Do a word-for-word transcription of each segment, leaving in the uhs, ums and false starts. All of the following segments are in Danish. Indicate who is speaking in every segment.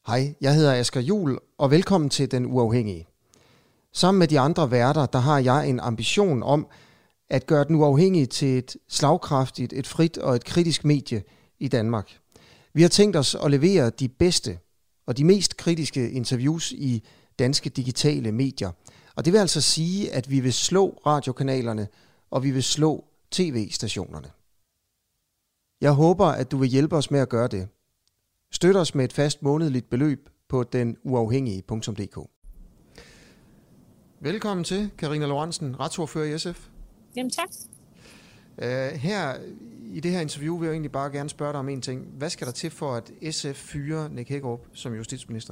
Speaker 1: Hej, jeg hedder Asger Juhl, og velkommen til Den Uafhængige. Sammen med de andre værter, der har jeg en ambition om at gøre Den Uafhængige til et slagkraftigt, et frit og et kritisk medie i Danmark. Vi har tænkt os at levere de bedste og de mest kritiske interviews i danske digitale medier. Og det vil altså sige, at vi vil slå radiokanalerne, og vi vil slå tv-stationerne. Jeg håber, at du vil hjælpe os med at gøre det. Støt os med et fast månedligt beløb på den uafhængige punktum d k. Velkommen til, Karina Lorentzen, retsordfører i S F.
Speaker 2: Jamen tak.
Speaker 1: Uh, her i det her interview vil jeg egentlig bare gerne spørge dig om en ting. Hvad skal der til for, at S F fyrer Nick Hækkerup som justitsminister?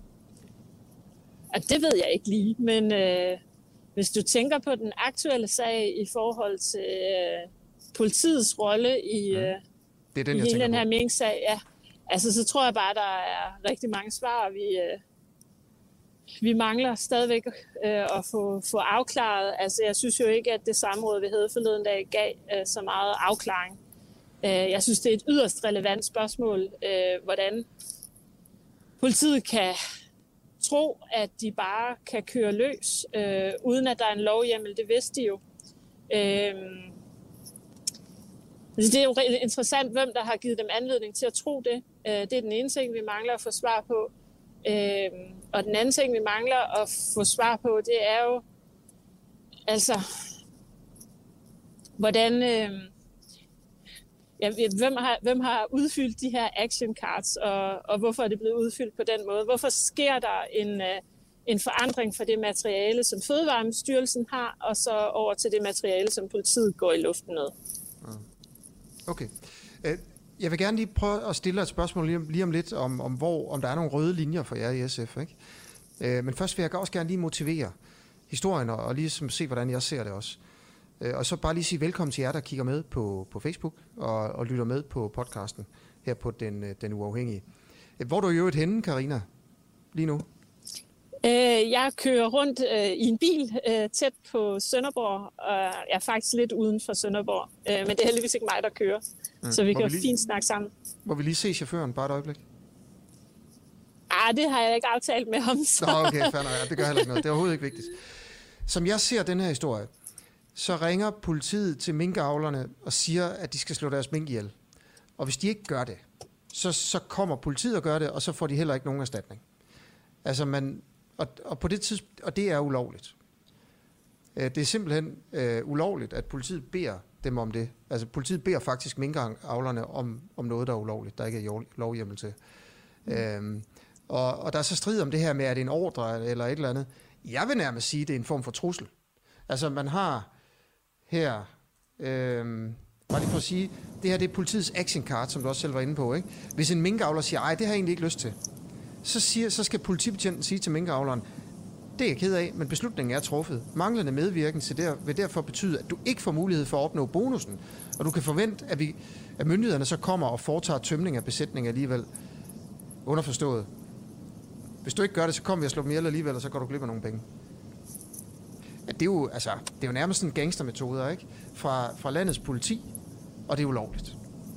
Speaker 2: Og det ved jeg ikke lige, men øh, hvis du tænker på den aktuelle sag i forhold til øh, politiets rolle i, øh,
Speaker 1: det er den,
Speaker 2: i
Speaker 1: jeg
Speaker 2: hele den
Speaker 1: på.
Speaker 2: her Mink-sag, ja. Altså, så tror jeg bare, der er rigtig mange svar, vi, øh, vi mangler stadigvæk øh, at få, få afklaret. Altså, jeg synes jo ikke, at det samråd, vi havde forleden dag, gav øh, så meget afklaring. Øh, jeg synes, det er et yderst relevant spørgsmål, øh, hvordan politiet kan tro, at de bare kan køre løs, øh, uden at der er en lovhjemmel. Det vidste de jo. Øh, Det er jo interessant, hvem der har givet dem anledning til at tro det. Det er den ene ting, vi mangler at få svar på. Og den anden ting, vi mangler at få svar på, det er jo, altså, hvordan, ja, hvem, har, hvem har udfyldt de her action cards, og, og hvorfor er det blevet udfyldt på den måde? Hvorfor sker der en, en forandring fra det materiale, som Fødevarestyrelsen har, og så over til det materiale, som politiet går i luften med?
Speaker 1: Okay. Jeg vil gerne lige prøve at stille et spørgsmål lige om, lige om lidt, om, om, hvor, om der er nogle røde linjer for jer i S F. Ikke? Men først vil jeg også gerne lige motivere historien, og lige se, hvordan jeg ser det også. Og så bare lige sige velkommen til jer, der kigger med på, på Facebook, og, og lytter med på podcasten her på Den, den Uafhængige. Hvor er du i øvrigt henne, Karina, lige nu?
Speaker 2: Jeg kører rundt i en bil tæt på Sønderborg, og jeg er faktisk lidt uden for Sønderborg. Men det er heldigvis ikke mig, der kører, mm. så vi kan vi lige, fint snakke sammen.
Speaker 1: Må vi lige se chaufføren bare et øjeblik?
Speaker 2: Ah, det har jeg ikke aftalt med ham. Så.
Speaker 1: Nå, okay, fair nok. Det gør heller ikke noget. Det er overhovedet ikke vigtigt. Som jeg ser den her historie, så ringer politiet til minkavlerne og siger, at de skal slå deres mink ihjel. Og hvis de ikke gør det, så, så kommer politiet og gør det, og så får de heller ikke nogen erstatning. Altså man... Og, og på det tidspunkt, og det er ulovligt. Det er simpelthen øh, ulovligt, at politiet beder dem om det. Altså politiet beder faktisk minkavlerne om, om noget, der er ulovligt, der ikke er lovhjemmel til. Mm. Øhm, og, og der er så strid om det her med, at det er en ordre eller et eller andet. Jeg vil nærmest sige, at det er en form for trussel. Altså man har her, øhm, bare lige for at sige, det her det er politiets action card, som du også selv var inde på. Ikke? Hvis en minkavler siger, ej, det har jeg egentlig ikke lyst til, Så, siger, så skal politibetjenten sige til minkavleren, det er jeg ked af, men beslutningen er truffet. Manglende medvirken til der, vil derfor betyde, at du ikke får mulighed for at opnå bonusen, og du kan forvente, at, vi, at myndighederne så kommer og foretager tømning af besætningen alligevel. Underforstået. Hvis du ikke gør det, så kommer vi og slår dem ihjel alligevel, og så går du glip af nogle penge. Ja, det, er jo, altså, det er jo nærmest sådan gangstermetoder, ikke? Fra, fra landets politi, og det er ulovligt.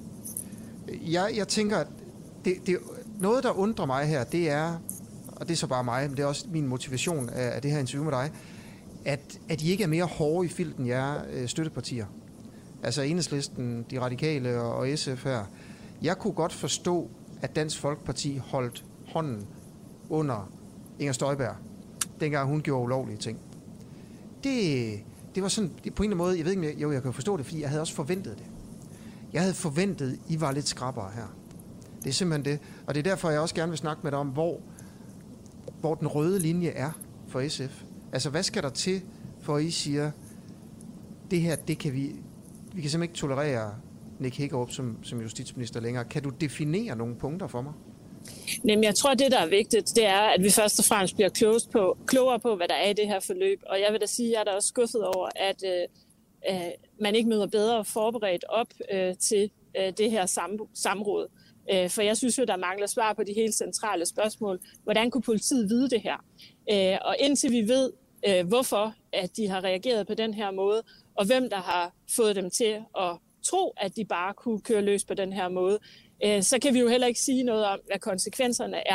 Speaker 1: Jeg, jeg tænker, at det, det noget, der undrer mig her, det er, og det er så bare mig, men det er også min motivation af, af det her interview med dig, at, at I ikke er mere hårde i filten, jer øh, støttepartier. Altså Enhedslisten, De Radikale og, og S F her. Jeg kunne godt forstå, at Dansk Folkeparti holdt hånden under Inger Støjberg, dengang hun gjorde ulovlige ting. Det, det var sådan, det på en eller anden måde, jeg ved ikke, jo, jeg kan forstå det, fordi jeg havde også forventet det. Jeg havde forventet, I var lidt skrappere her. Det er simpelthen det. Og det er derfor, jeg også gerne vil snakke med dig om, hvor, hvor den røde linje er for S F. Altså, hvad skal der til, for I siger, det her, det kan vi, vi kan simpelthen ikke tolerere Nick Hækkerup som, som justitsminister længere. Kan du definere nogle punkter for mig?
Speaker 2: Jamen, jeg tror, det, der er vigtigt, det er, at vi først og fremmest bliver klogest på, klogere på, hvad der er i det her forløb. Og jeg vil da sige, at jeg er da også skuffet over, at øh, man ikke møder bedre forberedt op øh, til øh, det her sam- samråd. For jeg synes jo, der mangler svar på de helt centrale spørgsmål. Hvordan kunne politiet vide det her? Og indtil vi ved, hvorfor at de har reageret på den her måde, og hvem der har fået dem til at tro, at de bare kunne køre løs på den her måde, så kan vi jo heller ikke sige noget om, hvad konsekvenserne er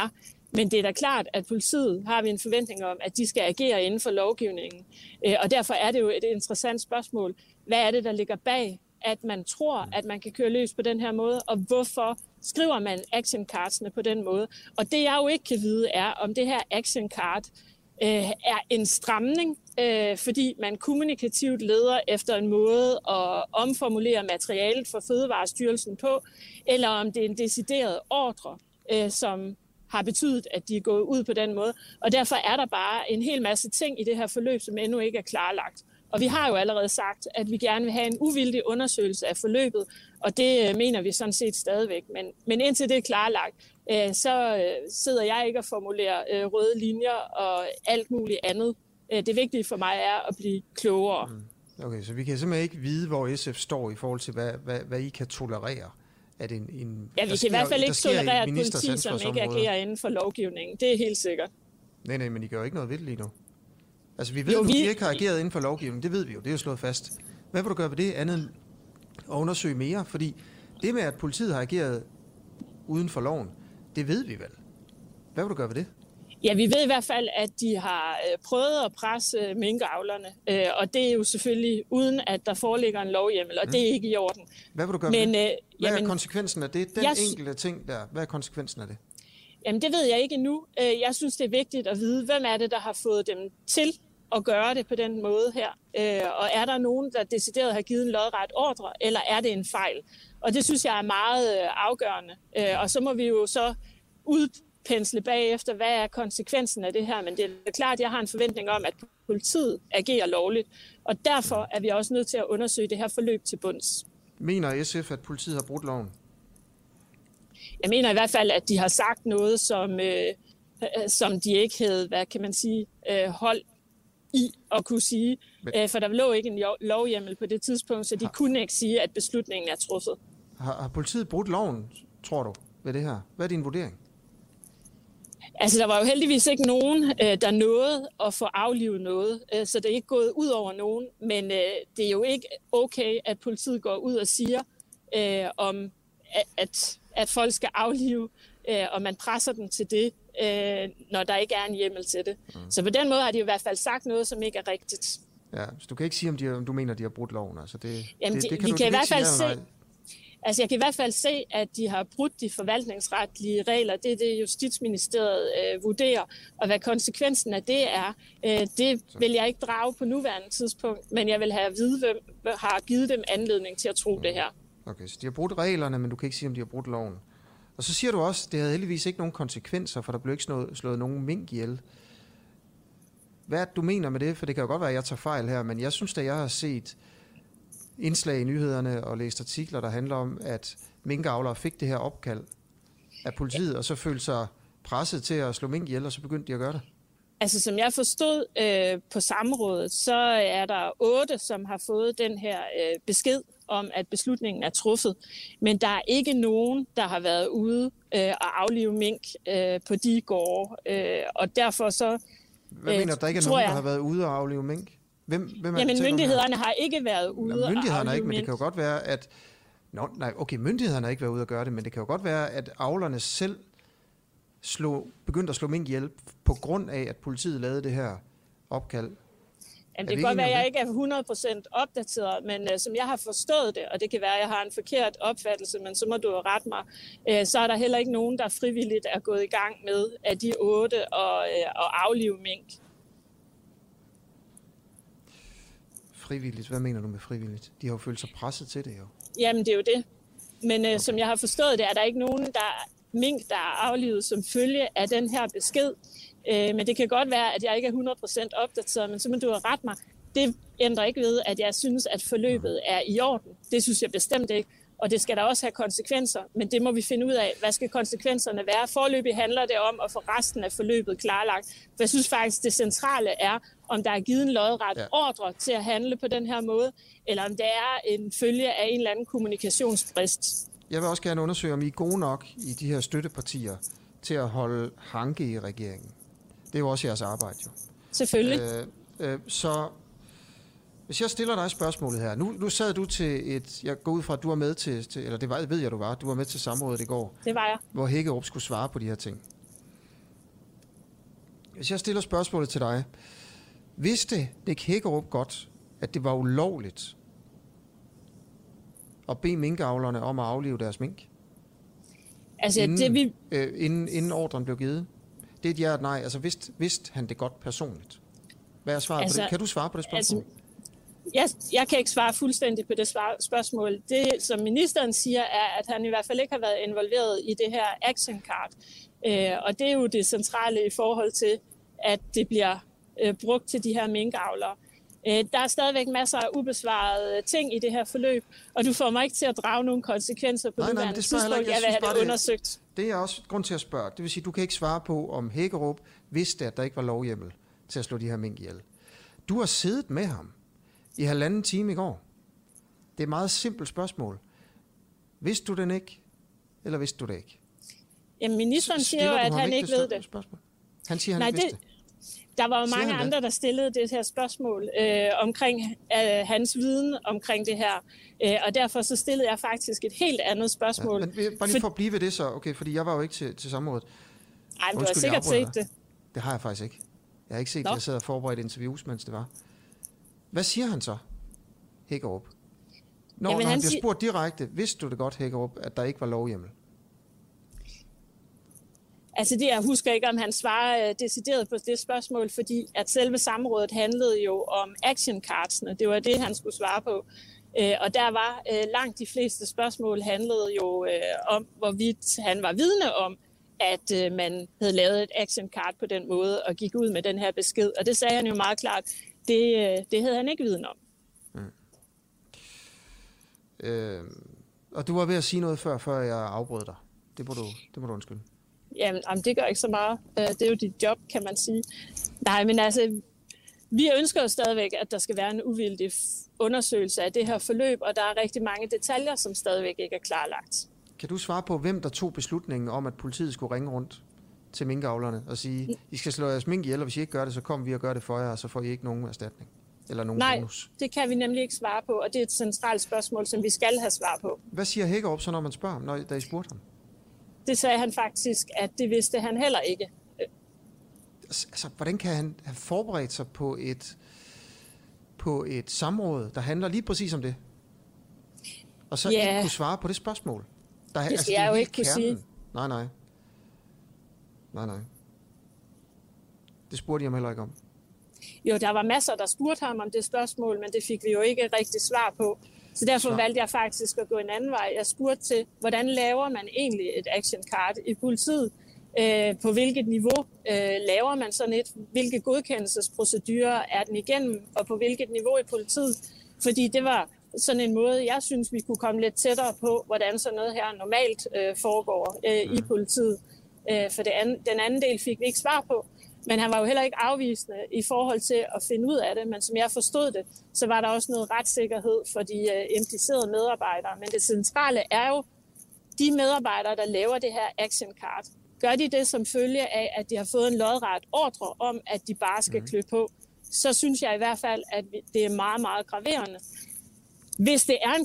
Speaker 2: Men det er da klart, at politiet har vi en forventning om, at de skal agere inden for lovgivningen. Og derfor er det jo et interessant spørgsmål. Hvad er det, der ligger bag, at man tror, at man kan køre løs på den her måde? Og hvorfor skriver man action cardsene på den måde? Og det jeg jo ikke kan vide er, om det her action card øh, er en stramning, øh, fordi man kommunikativt leder efter en måde at omformulere materialet for Fødevarestyrelsen på, eller om det er en decideret ordre, øh, som har betydet, at de er gået ud på den måde. Og derfor er der bare en hel masse ting i det her forløb, som endnu ikke er klarlagt. Og vi har jo allerede sagt, at vi gerne vil have en uvildig undersøgelse af forløbet, og det mener vi sådan set stadigvæk. Men, men indtil det er klarlagt, øh, så øh, sidder jeg ikke og formulerer øh, røde linjer og alt muligt andet. Øh, det vigtige for mig er at blive klogere.
Speaker 1: Mm. Okay, så vi kan simpelthen ikke vide, hvor S F står i forhold til, hvad, hvad, hvad I kan tolerere. At en, en,
Speaker 2: ja, vi kan
Speaker 1: sker,
Speaker 2: i hvert fald ikke tolerere et politi, som ikke agerer inden for lovgivningen. Det er helt sikkert.
Speaker 1: Nej, nej, men I gør jo ikke noget ved det lige nu. Altså, vi ved
Speaker 2: jo,
Speaker 1: nu,
Speaker 2: vi...
Speaker 1: de ikke har ageret inden for lovgivningen. Det ved vi jo. Det er jo slået fast. Hvad vil du gøre ved det andet end at undersøge mere? Fordi det med, at politiet har ageret uden for loven, det ved vi vel. Hvad vil du gøre ved det?
Speaker 2: Ja, vi ved i hvert fald, at de har prøvet at presse minkavlerne, og det er jo selvfølgelig uden, at der foreligger en lovhjemmel, og mm. det er ikke i orden.
Speaker 1: Hvad vil du gøre Men, ved det? Hvad jamen, er konsekvensen af det? Den jeg... enkelte ting der, hvad er konsekvensen af det?
Speaker 2: Jamen, det ved jeg ikke endnu. Jeg synes, det er vigtigt at vide, hvem er det, der har fået dem til at gøre det på den måde her. Og er der nogen, der decideret har givet en lodret ordre, eller er det en fejl? Og det synes jeg er meget afgørende. Og så må vi jo så udpensle bagefter, hvad er konsekvensen af det her. Men det er klart, at jeg har en forventning om, at politiet agerer lovligt. Og derfor er vi også nødt til at undersøge det her forløb til bunds.
Speaker 1: Mener S F, at politiet har brudt loven?
Speaker 2: Jeg mener i hvert fald, at de har sagt noget, som, øh, som de ikke havde, hvad kan man sige, øh, hold i at kunne sige. Men, øh, for der lå ikke en lovhjemmel på det tidspunkt, så de har, kunne ikke sige, at beslutningen er truffet.
Speaker 1: Har, har politiet brudt loven, tror du, ved det her? Hvad er din vurdering?
Speaker 2: Altså, der var jo heldigvis ikke nogen, øh, der nåede at få aflivet noget, øh, så det er ikke gået ud over nogen. Men øh, det er jo ikke okay, at politiet går ud og siger, øh, om at, at folk skal aflive, øh, og man presser dem til det, øh, når der ikke er en hjemmel til det. Mm. Så på den måde har de i hvert fald sagt noget, som ikke er rigtigt.
Speaker 1: Ja, så du kan ikke sige, om, de, om du mener, at de har brudt loven. Altså det,
Speaker 2: Jamen,
Speaker 1: det,
Speaker 2: det,
Speaker 1: det kan
Speaker 2: vi
Speaker 1: du
Speaker 2: kan i hvert fald
Speaker 1: sige,
Speaker 2: se... Altså, jeg kan i hvert fald se, at de har brudt de forvaltningsretlige regler. Det er det, Justitsministeriet øh, vurderer. Og hvad konsekvensen af det er, øh, det vil jeg ikke drage på nuværende tidspunkt. Men jeg vil have at vide, hvem har givet dem anledning til at tro mm. det her.
Speaker 1: Okay, så de har brudt reglerne, men du kan ikke sige, om de har brudt loven. Og så siger du også, at det havde heldigvis ikke nogen konsekvenser, for der blev ikke slået, slået nogen mink ihjel. Hvad er det, du mener med det? For det kan jo godt være, at jeg tager fejl her, men jeg synes, at jeg har set indslag i nyhederne og læst artikler, der handler om, at minkavlere fik det her opkald af politiet, og så følte sig presset til at slå mink ihjel, og så begyndte de at gøre det.
Speaker 2: Altså, som jeg forstod øh, på samrådet, så er der otte, som har fået den her øh, besked om, at beslutningen er truffet. Men der er ikke nogen, der har været ude øh, og aflive mink øh, på de gårde. Øh, og derfor så...
Speaker 1: Hvad øh, mener du, der ikke er nogen, jeg, der har været ude og aflive mink? Hvem, hvem er
Speaker 2: Jamen,
Speaker 1: det,
Speaker 2: myndighederne har ikke været ude
Speaker 1: Nå, myndighederne
Speaker 2: og
Speaker 1: ikke, men
Speaker 2: mink.
Speaker 1: det kan jo godt være, at... Nå, nej, okay, myndighederne har ikke været ude at gøre det, men det kan jo godt være, at avlerne selv slog, begyndte at slå mink ihjel på grund af, at politiet lavede det her opkald.
Speaker 2: Jamen, det kan godt være, at jeg ikke er hundrede procent opdateret, men uh, som jeg har forstået det, og det kan være, at jeg har en forkert opfattelse, men så må du jo rette mig, uh, så er der heller ikke nogen, der frivilligt er gået i gang med af de otte og, uh, og aflive mink.
Speaker 1: Frivilligt? Hvad mener du med frivilligt? De har jo følt sig presset til det jo.
Speaker 2: Jamen, det er jo det. Men uh, okay. Som jeg har forstået det, er der ikke nogen, der mink, der er aflivet som følge af den her besked. Uh, men det kan godt være, at jeg ikke er hundrede procent opdateret, men så må du rette mig. Det ændrer ikke ved, at jeg synes, at forløbet er i orden. Det synes jeg bestemt ikke. Og det skal der også have konsekvenser, men det må vi finde ud af. Hvad skal konsekvenserne være? Forløbig handler det om at få resten af forløbet klarlagt. For jeg synes faktisk, det centrale er, om der er givet en lodret ja. ordre til at handle på den her måde, eller om det er en følge af en eller anden kommunikationsbrist.
Speaker 1: Jeg vil også gerne undersøge, om I er gode nok i de her støttepartier til at holde hanke i regeringen. Det er jo også jeres arbejde, jo.
Speaker 2: Selvfølgelig.
Speaker 1: Øh, øh, så hvis jeg stiller dig spørgsmålet her. Nu, nu sad du til et... Jeg går ud fra, at du var med til... til eller det var, ved jeg, du var. Du var med til samrådet i går.
Speaker 2: Det var jeg.
Speaker 1: Hvor Hækkerup skulle svare på de her ting. Hvis jeg stiller spørgsmålet til dig. Vidste Nick Hækkerup godt, at det var ulovligt at bede minkavlerne om at aflive deres mink?
Speaker 2: Altså,
Speaker 1: inden,
Speaker 2: det vi...
Speaker 1: øh, inden, inden ordren blev givet? Det er et ja og nej. Altså, vidste, vidste han det godt personligt? Hvad er svaret altså, på det? Kan du svare på det spørgsmål? Altså,
Speaker 2: jeg, jeg kan ikke svare fuldstændig på det svar, spørgsmål. Det, som ministeren siger, er, at han i hvert fald ikke har været involveret i det her action card. Øh, og det er jo det centrale i forhold til, at det bliver øh, brugt til de her minkavlere. Øh, der er stadigvæk masser af ubesvarede ting i det her forløb, og du får mig ikke til at drage nogle konsekvenser på nuværende tidspunkt. Jeg vil have det undersøgt.
Speaker 1: Det er også grund til at spørge. Det vil sige, du kan ikke svare på, om Hækkerup vidste, at der ikke var lovhjemmel til at slå de her mink ihjel. Du har siddet med ham i halvanden time i går. Det er et meget simpelt spørgsmål. Vidste du den ikke, eller vidste du det ikke?
Speaker 2: Jamen, ministeren siger jo, at han ikke ved det.
Speaker 1: Spørgsmål? Han siger, han
Speaker 2: Nej,
Speaker 1: ikke vidste
Speaker 2: det, der var jo
Speaker 1: siger
Speaker 2: mange andre, der stillede det her spørgsmål øh, omkring øh, hans viden omkring det her. Øh, og derfor så stillede jeg faktisk et helt andet spørgsmål.
Speaker 1: Ja, men bare lige for at blive ved det så, okay, fordi jeg var jo ikke til, til samrådet.
Speaker 2: Nej, men du har sikkert set det.
Speaker 1: Det har jeg faktisk ikke. Jeg har ikke set Nå. det. Jeg sad og forberedte interviews, mens det var. Hvad siger han så, Hækkerup? Når, Jamen, når han, han bliver spurgt direkte, vidste du det godt, Hækkerup, at der ikke var lovhjemmel?
Speaker 2: Altså det, jeg husker ikke, om han svarer decideret på det spørgsmål, fordi at selve samrådet handlede jo om action cardsene. Det var det, han skulle svare på. Og der var langt de fleste spørgsmål handlede jo om, hvorvidt han var vidne om, at man havde lavet et action card på den måde og gik ud med den her besked. Og det sagde han jo meget klart, det, det havde han ikke viden om. Mm.
Speaker 1: Øh, og du var ved at sige noget før, før jeg afbrød dig. Det må du, det må du undskylde.
Speaker 2: Jamen, jamen, det gør ikke så meget. Det er jo dit job, kan man sige. Nej, men altså, vi ønsker jo stadigvæk, at der skal være en uvildig undersøgelse af det her forløb, og der er rigtig mange detaljer, som stadigvæk ikke er klarlagt.
Speaker 1: Kan du svare på, hvem der tog beslutningen om, at politiet skulle ringe rundt til minkavlerne og sige, I skal slå jeres mink ihjel, og hvis I ikke gør det, så kommer vi og gør det for jer, og så får I ikke nogen erstatning? Eller nogen
Speaker 2: Nej,
Speaker 1: bonus?
Speaker 2: Det kan vi nemlig ikke svare på, og det er et centralt spørgsmål, som vi skal have svar på.
Speaker 1: Hvad siger Hækkerup så, når man spørger ham, når, da I spurgte ham?
Speaker 2: Det sagde han faktisk, at det vidste han heller ikke.
Speaker 1: Altså, hvordan kan han have forberedt sig på et, på et samråd, der handler lige præcis om det? Og så ja. ikke kunne svare på det spørgsmål? Der,
Speaker 2: det skal altså, jeg jo ikke kunne sige.
Speaker 1: Nej, nej. Nej, nej. Det spurgte jeg ham heller ikke om.
Speaker 2: Jo, der var masser, der spurgte ham om det spørgsmål, men det fik vi jo ikke rigtig svar på. Så derfor valgte jeg faktisk at gå en anden vej. Jeg spurgte til, hvordan laver man egentlig et action card i politiet? Øh, på hvilket niveau øh, laver man sådan et? Hvilke godkendelsesprocedurer er den igennem? Og på hvilket niveau i politiet? Fordi det var sådan en måde, jeg synes, vi kunne komme lidt tættere på, hvordan sådan noget her normalt øh, foregår øh, i politiet. Øh, for det anden, den anden del fik vi ikke svar på. Men han var jo heller ikke afvisende i forhold til at finde ud af det. Men som jeg forstod det, så var der også noget retssikkerhed for de uh, implicerede medarbejdere. Men det centrale er jo, de medarbejdere, der laver det her action card, gør de det som følge af, at de har fået en lodret ordre om, at de bare skal klø på, så synes jeg i hvert fald, at det er meget, meget graverende. Hvis det er en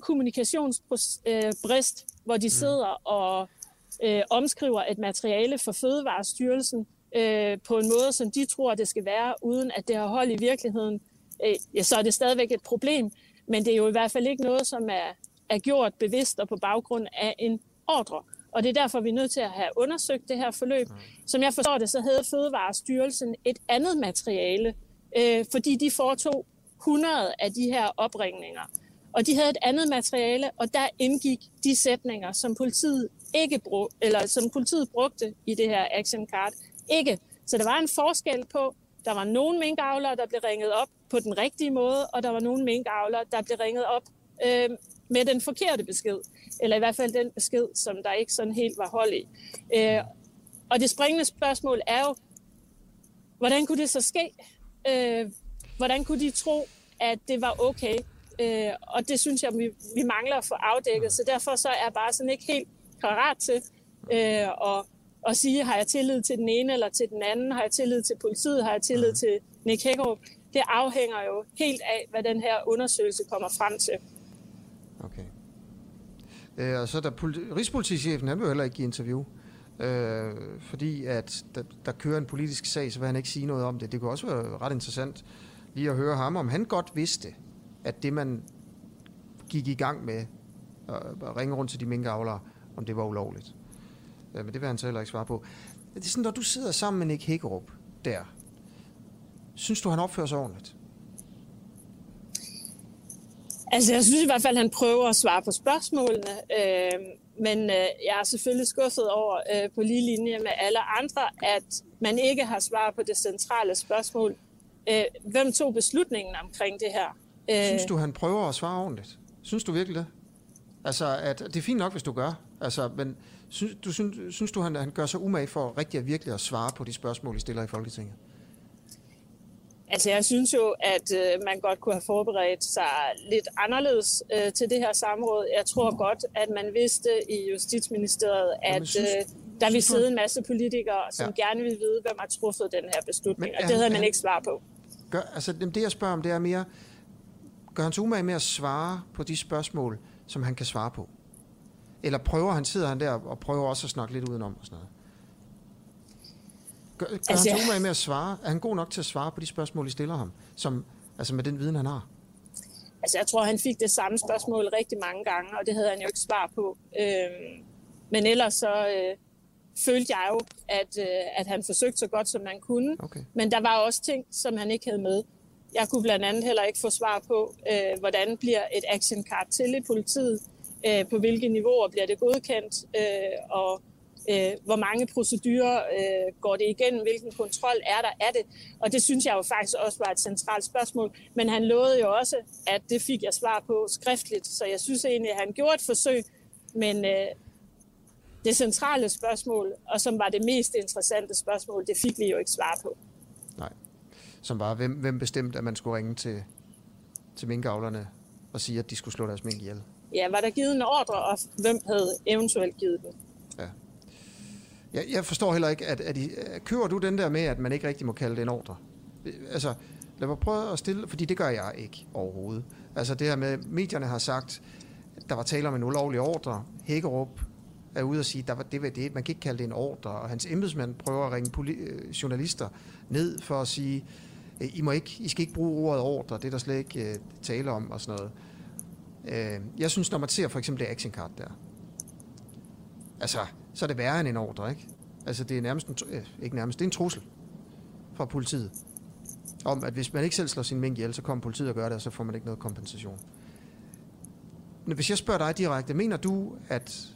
Speaker 2: kommunikationsbrist, hvor de sidder og øh, omskriver et materiale for Fødevarestyrelsen, Øh, på en måde, som de tror, det skal være, uden at det har hold i virkeligheden, øh, ja, så er det stadigvæk et problem. Men det er jo i hvert fald ikke noget, som er, er gjort bevidst og på baggrund af en ordre. Og det er derfor, vi er nødt til at have undersøgt det her forløb. Som jeg forstår det, så havde Fødevarestyrelsen et andet materiale, øh, fordi de foretog hundrede af de her opringninger. Og de havde et andet materiale, og der indgik de sætninger, som politiet ikke brug, eller som politiet brugte i det her action card. Ikke. Så der var en forskel på, der var nogle minkavlere, der blev ringet op på den rigtige måde, og der var nogle minkavlere, der blev ringet op øh, med den forkerte besked. Eller i hvert fald den besked, som der ikke sådan helt var hold i. Øh, og det springende spørgsmål er jo, hvordan kunne det så ske? Øh, hvordan kunne de tro, at det var okay? Øh, og det synes jeg, vi, vi mangler at få afdækket. Så derfor så er jeg bare sådan ikke helt parat til øh, at og sige, har jeg tillid til den ene eller til den anden, har jeg tillid til politiet, har jeg tillid til Nick Hækkerup. Det afhænger jo helt af, hvad den her undersøgelse kommer frem til.
Speaker 1: Okay. Øh, og så der politi- Rigspolitichefen, han vil jo heller ikke give interview. Øh, fordi at der, der kører en politisk sag, så vil han ikke sige noget om det. Det kunne også være ret interessant lige at høre ham, om han godt vidste, at det man gik i gang med at ringe rundt til de minkavlere, om det var ulovligt. Øh, men det vil han så heller ikke svare på. Det er sådan, når du sidder sammen med Nick Hækkerup der, synes du, han opfører sig ordentligt?
Speaker 2: Altså, jeg synes i hvert fald, at han prøver at svare på spørgsmålene, øh, men øh, jeg er selvfølgelig skuffet over øh, på lige linje med alle andre, at man ikke har svar på det centrale spørgsmål. Øh, hvem tog beslutningen omkring det her?
Speaker 1: Øh, synes du, han prøver at svare ordentligt? Synes du virkelig det? Altså, at, det er fint nok, hvis du gør, altså, men synes du, synes, synes du han, han gør sig umage for rigtig at virkelig at svare på de spørgsmål, I stiller i Folketinget?
Speaker 2: Altså, jeg synes jo, at øh, man godt kunne have forberedt sig lidt anderledes øh, til det her samråd. Jeg tror godt, at man vidste i Justitsministeriet, at Jamen, synes, øh, der vil sidde en masse politikere, som ja. gerne vil vide, hvem har truffet den her beslutning, Men, og det havde man han, ikke svar på.
Speaker 1: Gør, altså, det jeg spørger om, det er mere, gør han sig umage med at svare på de spørgsmål, som han kan svare på? Eller prøver han, sidder han der og prøver også at snakke lidt udenom og sådan noget? Gør, gør altså, han sig umage med at svare? Er han god nok til at svare på de spørgsmål, I stiller ham? Som, altså med den viden, han har?
Speaker 2: Altså, jeg tror, han fik det samme spørgsmål rigtig mange gange, og det havde han jo ikke svar på. Øhm, men ellers så øh, følte jeg jo, at, øh, at han forsøgte så godt, som man kunne. Okay. Men der var også ting, som han ikke havde med. Jeg kunne blandt andet heller ikke få svar på, øh, hvordan bliver et action card til i politiet, øh, på hvilke niveauer bliver det godkendt, øh, og øh, hvor mange procedurer øh, går det igennem, hvilken kontrol er der af det. Og det synes jeg jo faktisk også var et centralt spørgsmål. Men han lovede jo også, at det fik jeg svar på skriftligt, så jeg synes egentlig, at han gjorde et forsøg, men øh, det centrale spørgsmål, og som var det mest interessante spørgsmål, det fik vi jo ikke svar på.
Speaker 1: Nej. Som var, hvem, hvem bestemte, at man skulle ringe til, til minkavlerne og sige, at de skulle slå deres mink ihjel?
Speaker 2: Ja, var der givet en ordre, og hvem havde eventuelt givet den?
Speaker 1: Ja. Jeg, jeg forstår heller ikke, at, at I, køber du den der med, at man ikke rigtig må kalde det en ordre? Altså, lad mig prøve at stille, fordi det gør jeg ikke overhovedet. Altså det her med, medierne har sagt, at der var tale om en ulovlig ordre. Hækkerup er ude og sige, at der var, det var det, man kan ikke kalde det en ordre, og hans embedsmand prøver at ringe poli- journalister ned for at sige, I, må ikke, I skal ikke bruge ordet ordre, det er der slet ikke uh, tale om og sådan noget. Uh, jeg synes, når man ser for eksempel det action card der, altså, så er det værre end en ordre, ikke? Altså, det er nærmest en, øh, ikke nærmest, det er en trussel fra politiet, om at hvis man ikke selv slår sin mink ihjel, så kommer politiet og gør det, og så får man ikke noget kompensation. Men hvis jeg spørger dig direkte, mener du, at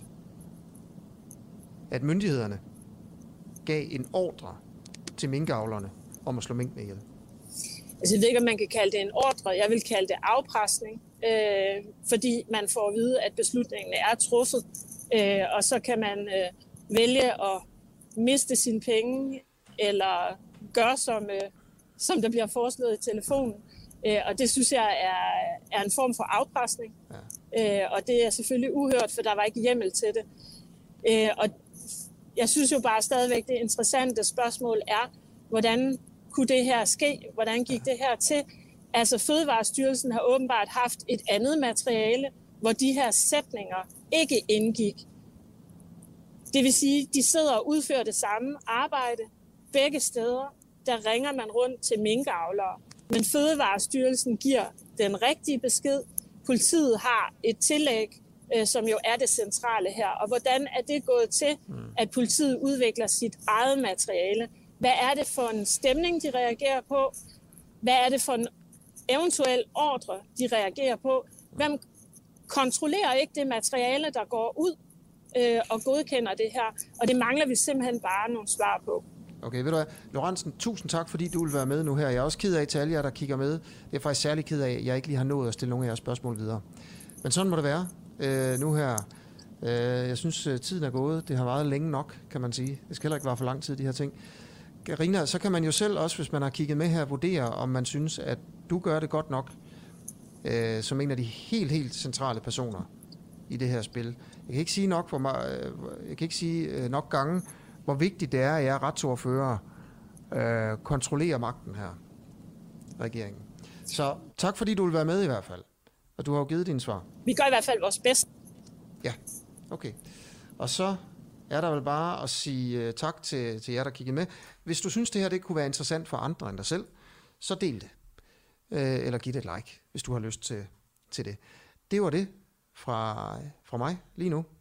Speaker 1: at myndighederne gav en ordre til minkavlerne om at slå minkene ihjel?
Speaker 2: Altså, jeg ved ikke, om man kan kalde det en ordre. Jeg vil kalde det afpresning, øh, fordi man får at vide, at beslutningen er truffet, øh, og så kan man øh, vælge at miste sine penge, eller gøre, som, øh, som der bliver foreslået i telefonen. Øh, og det synes jeg er, er en form for afpresning. Ja. Øh, og det er selvfølgelig uhørt, for der var ikke hjemmel til det. Øh, og jeg synes jo bare stadigvæk, det interessante spørgsmål er, hvordan kunne det her ske? Hvordan gik det her til? Altså, Fødevarestyrelsen har åbenbart haft et andet materiale, hvor de her sætninger ikke indgik. Det vil sige, at de sidder og udfører det samme arbejde begge steder. Der ringer man rundt til minkavlere. Men Fødevarestyrelsen giver den rigtige besked. Politiet har et tillæg, som jo er det centrale her. Og hvordan er det gået til, at politiet udvikler sit eget materiale? Hvad er det for en stemning, de reagerer på? Hvad er det for en eventuel ordre, de reagerer på? Hvem kontrollerer ikke det materiale, der går ud øh, og godkender det her? Og det mangler vi simpelthen bare nogle svar på.
Speaker 1: Okay, ved du hvad, Lorentzen, tusind tak, fordi du vil være med nu her. Jeg er også ked af til alle jer, der kigger med. Det er faktisk særlig ked af, at jeg ikke lige har nået at stille nogle af jeres spørgsmål videre. Men sådan må det være. Øh, nu her. Øh, jeg synes, tiden er gået. Det har varet længe nok, kan man sige. Det skal heller ikke være for lang tid, de her ting. Karina, så kan man jo selv også, hvis man har kigget med her, vurdere, om man synes, at du gør det godt nok, øh, som en af de helt, helt centrale personer i det her spil. Jeg kan ikke sige nok, for mig, øh, jeg kan ikke sige øh, nok gange, hvor vigtigt det er, at jeg retsordfører øh, kontrollerer magten her, regeringen. Så tak, fordi du vil være med i hvert fald. Og du har jo givet dine svar.
Speaker 2: Vi gør i hvert fald vores bedste.
Speaker 1: Ja, okay. Og så er der vel bare at sige uh, tak til, til jer, der kiggede med. Hvis du synes, det her det kunne være interessant for andre end dig selv, så del det. Uh, eller giv det et like, hvis du har lyst til, til det. Det var det fra, fra mig lige nu.